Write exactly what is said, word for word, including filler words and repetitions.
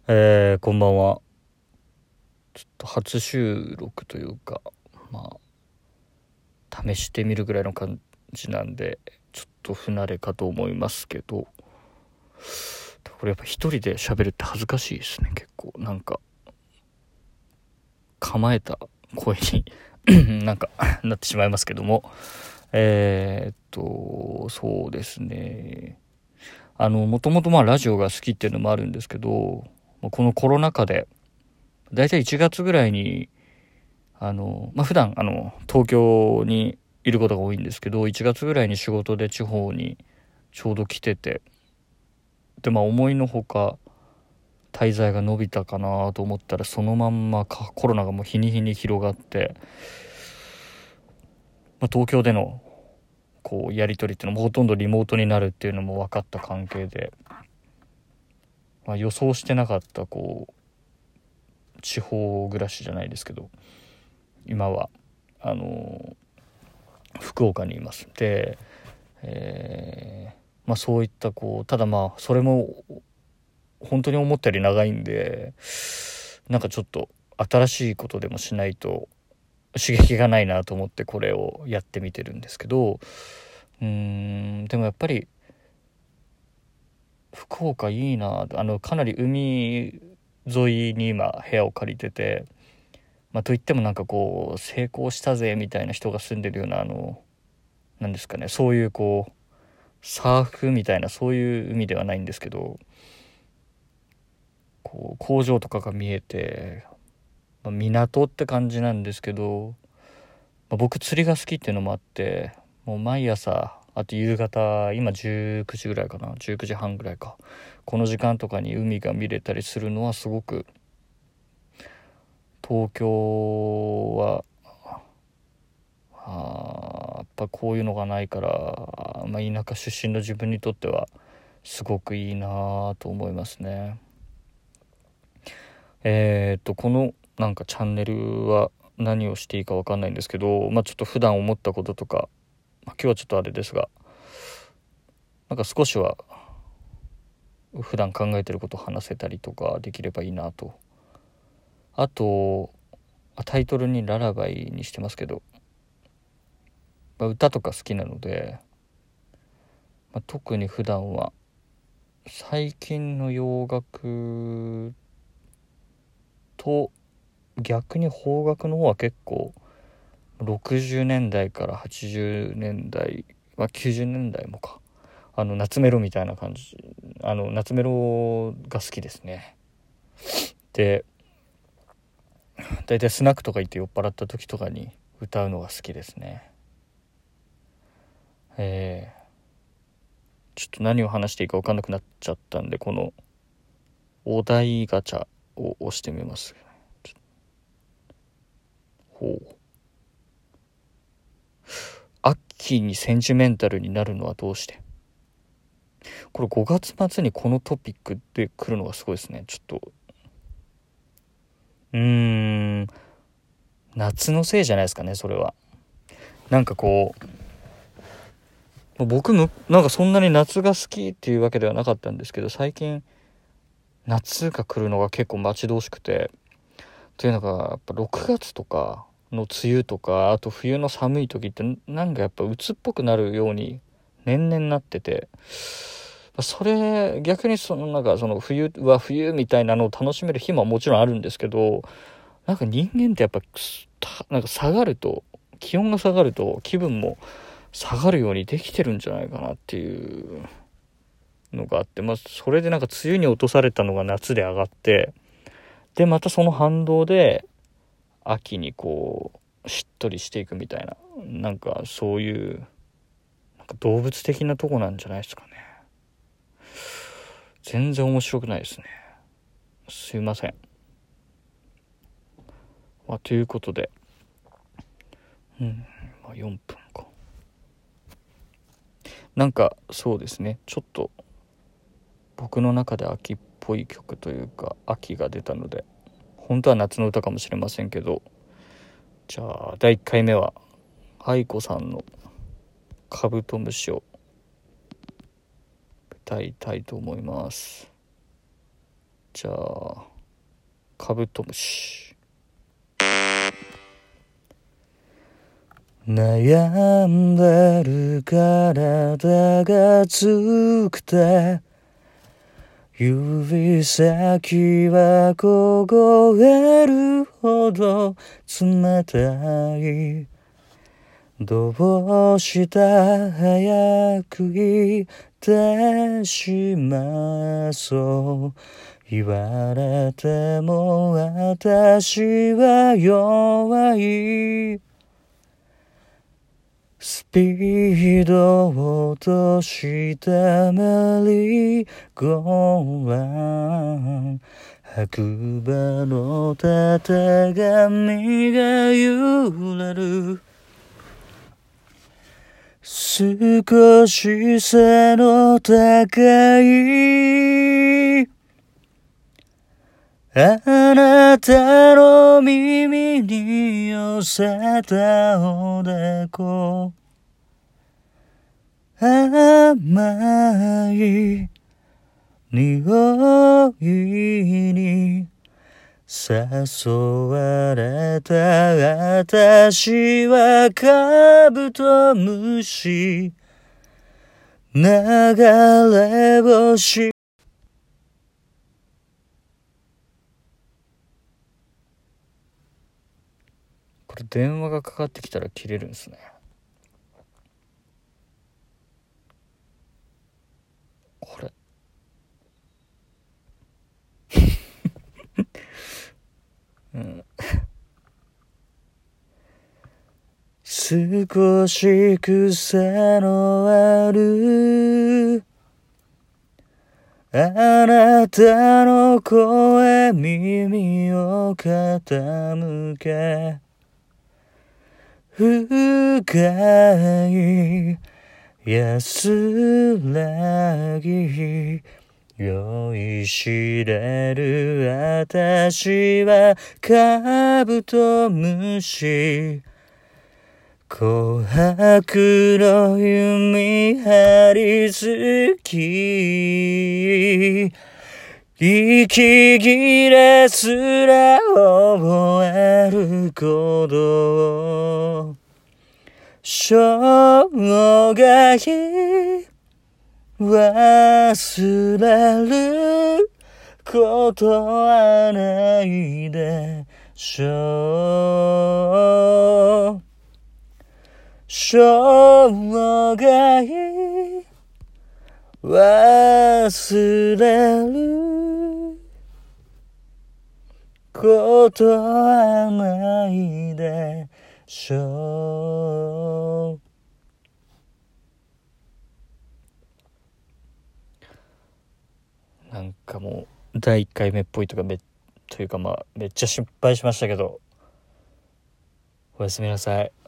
えー、こんばんは。ちょっと初収録というか、まあ試してみるぐらいの感じなんで、ちょっと不慣れかと思いますけど、これやっぱ一人で喋るって恥ずかしいですね。結構なんか構えた声になんかなってしまいますけども、えー、っとそうですね。あのもともとまあラジオが好きっていうのもあるんですけど、このコロナ禍でだいたいいちがつぐらいにあのまあ普段あの東京にいることが多いんですけど、いちがつぐらいに仕事で地方にちょうど来てて、でまあ思いのほか滞在が伸びたかなと思ったら、そのまんまかコロナがもう日に日に広がって、まあ、東京でのこうやり取りっていうのもほとんどリモートになるっていうのも分かった関係で、まあ、予想してなかったこう地方暮らしじゃないですけど、今はあの福岡にいます。で、えーまあ、そういったこうただまあそれも本当に思ったより長いんで、なんかちょっと新しいことでもしないと刺激がないなと思ってこれをやってみてるんですけど、うーんでもやっぱり福岡いいな。あのかなり海沿いに今部屋を借りてて、まあ、といってもなんかこう成功したぜみたいな人が住んでるような、あのなんですかね、そういうこうサーフみたいなそういう海ではないんですけど、こう工場とかが見えて、まあ、港って感じなんですけど、まあ、僕釣りが好きっていうのもあって、もう毎朝あと夕方、今じゅうくじぐらいかな、じゅうくじはんぐらいか、この時間とかに海が見れたりするのはすごく、東京はあやっぱこういうのがないから、まあ、田舎出身の自分にとってはすごくいいなと思いますね。えー、っとこのなんかチャンネルは何をしていいか分かんないんですけど、まあちょっと普段思ったこととか、まあ、今日はちょっとあれですが、なんか少しは普段考えてることを話せたりとかできればいいなと。あとタイトルにララバイにしてますけど、まあ、歌とか好きなので、まあ、特に普段は最近の洋楽と逆に邦楽の方は結構ろくじゅうねんだいからはちじゅうねんだい、まあ、きゅうじゅうねんだいもか、あの夏メロみたいな感じ、あの夏メロが好きですね。でだいたいスナックとか行って酔っ払った時とかに歌うのが好きですね。えー、ちょっと何を話していいか分かんなくなっちゃったんで、このお題ガチャを押してみます。ほう。秋にセンチメンタルになるのはどうして。これごがつ末にこのトピックで来るのがすごいですね。ちょっとうーん夏のせいじゃないですかね、それは。なんかこう僕もなんかそんなに夏が好きっていうわけではなかったんですけど、最近夏が来るのが結構待ち遠しくて、というのがやっぱろくがつとかの梅雨とか、あと冬の寒い時ってなんかやっぱ鬱っぽくなるように年々なってて、それ逆にそのなんかその冬は冬みたいなのを楽しめる日ももちろんあるんですけど、なんか人間ってやっぱなんか下がると、気温が下がると気分も下がるようにできてるんじゃないかなっていうのがあって、まあそれでなんか梅雨に落とされたのが夏で上がって、でまたその反動で秋にこうしっとりしていくみたいな、なんかそういうなんか動物的なとこなんじゃないですかね。全然面白くないですね。すいません。まあ、ということで、うん、まあ、よんぷんか。なんかそうですね、ちょっと僕の中で秋っぽい曲というか秋が出たので、本当は夏の歌かもしれませんけど、じゃあだいいっかいめは愛子さんのカブトムシを歌いたいと思います。 じゃあカブトムシ。悩んでる体がつくて指先は凍えるほど冷たい。どうした早く言ってしまうそう言われても私は弱い。スピードを落としたメリーゴーラン白馬のたてがみが揺れる。少し背の高いあなたの耳に寄せたおでこ甘い匂いに誘われた私はカブトムシ流れ星。これ電話がかかってきたら切れるんですね。これうん少し癖のあるあなたの声耳を傾け深い安らぎ酔いしれる私はカブトムシ琥珀の弓張り付き息切れすら覚えること生涯忘れることはないでしょう。生涯忘れることはないでしょう。なんかもうだいいっかいめっぽいとかめというかまあめっちゃ失敗しましたけどおやすみなさい。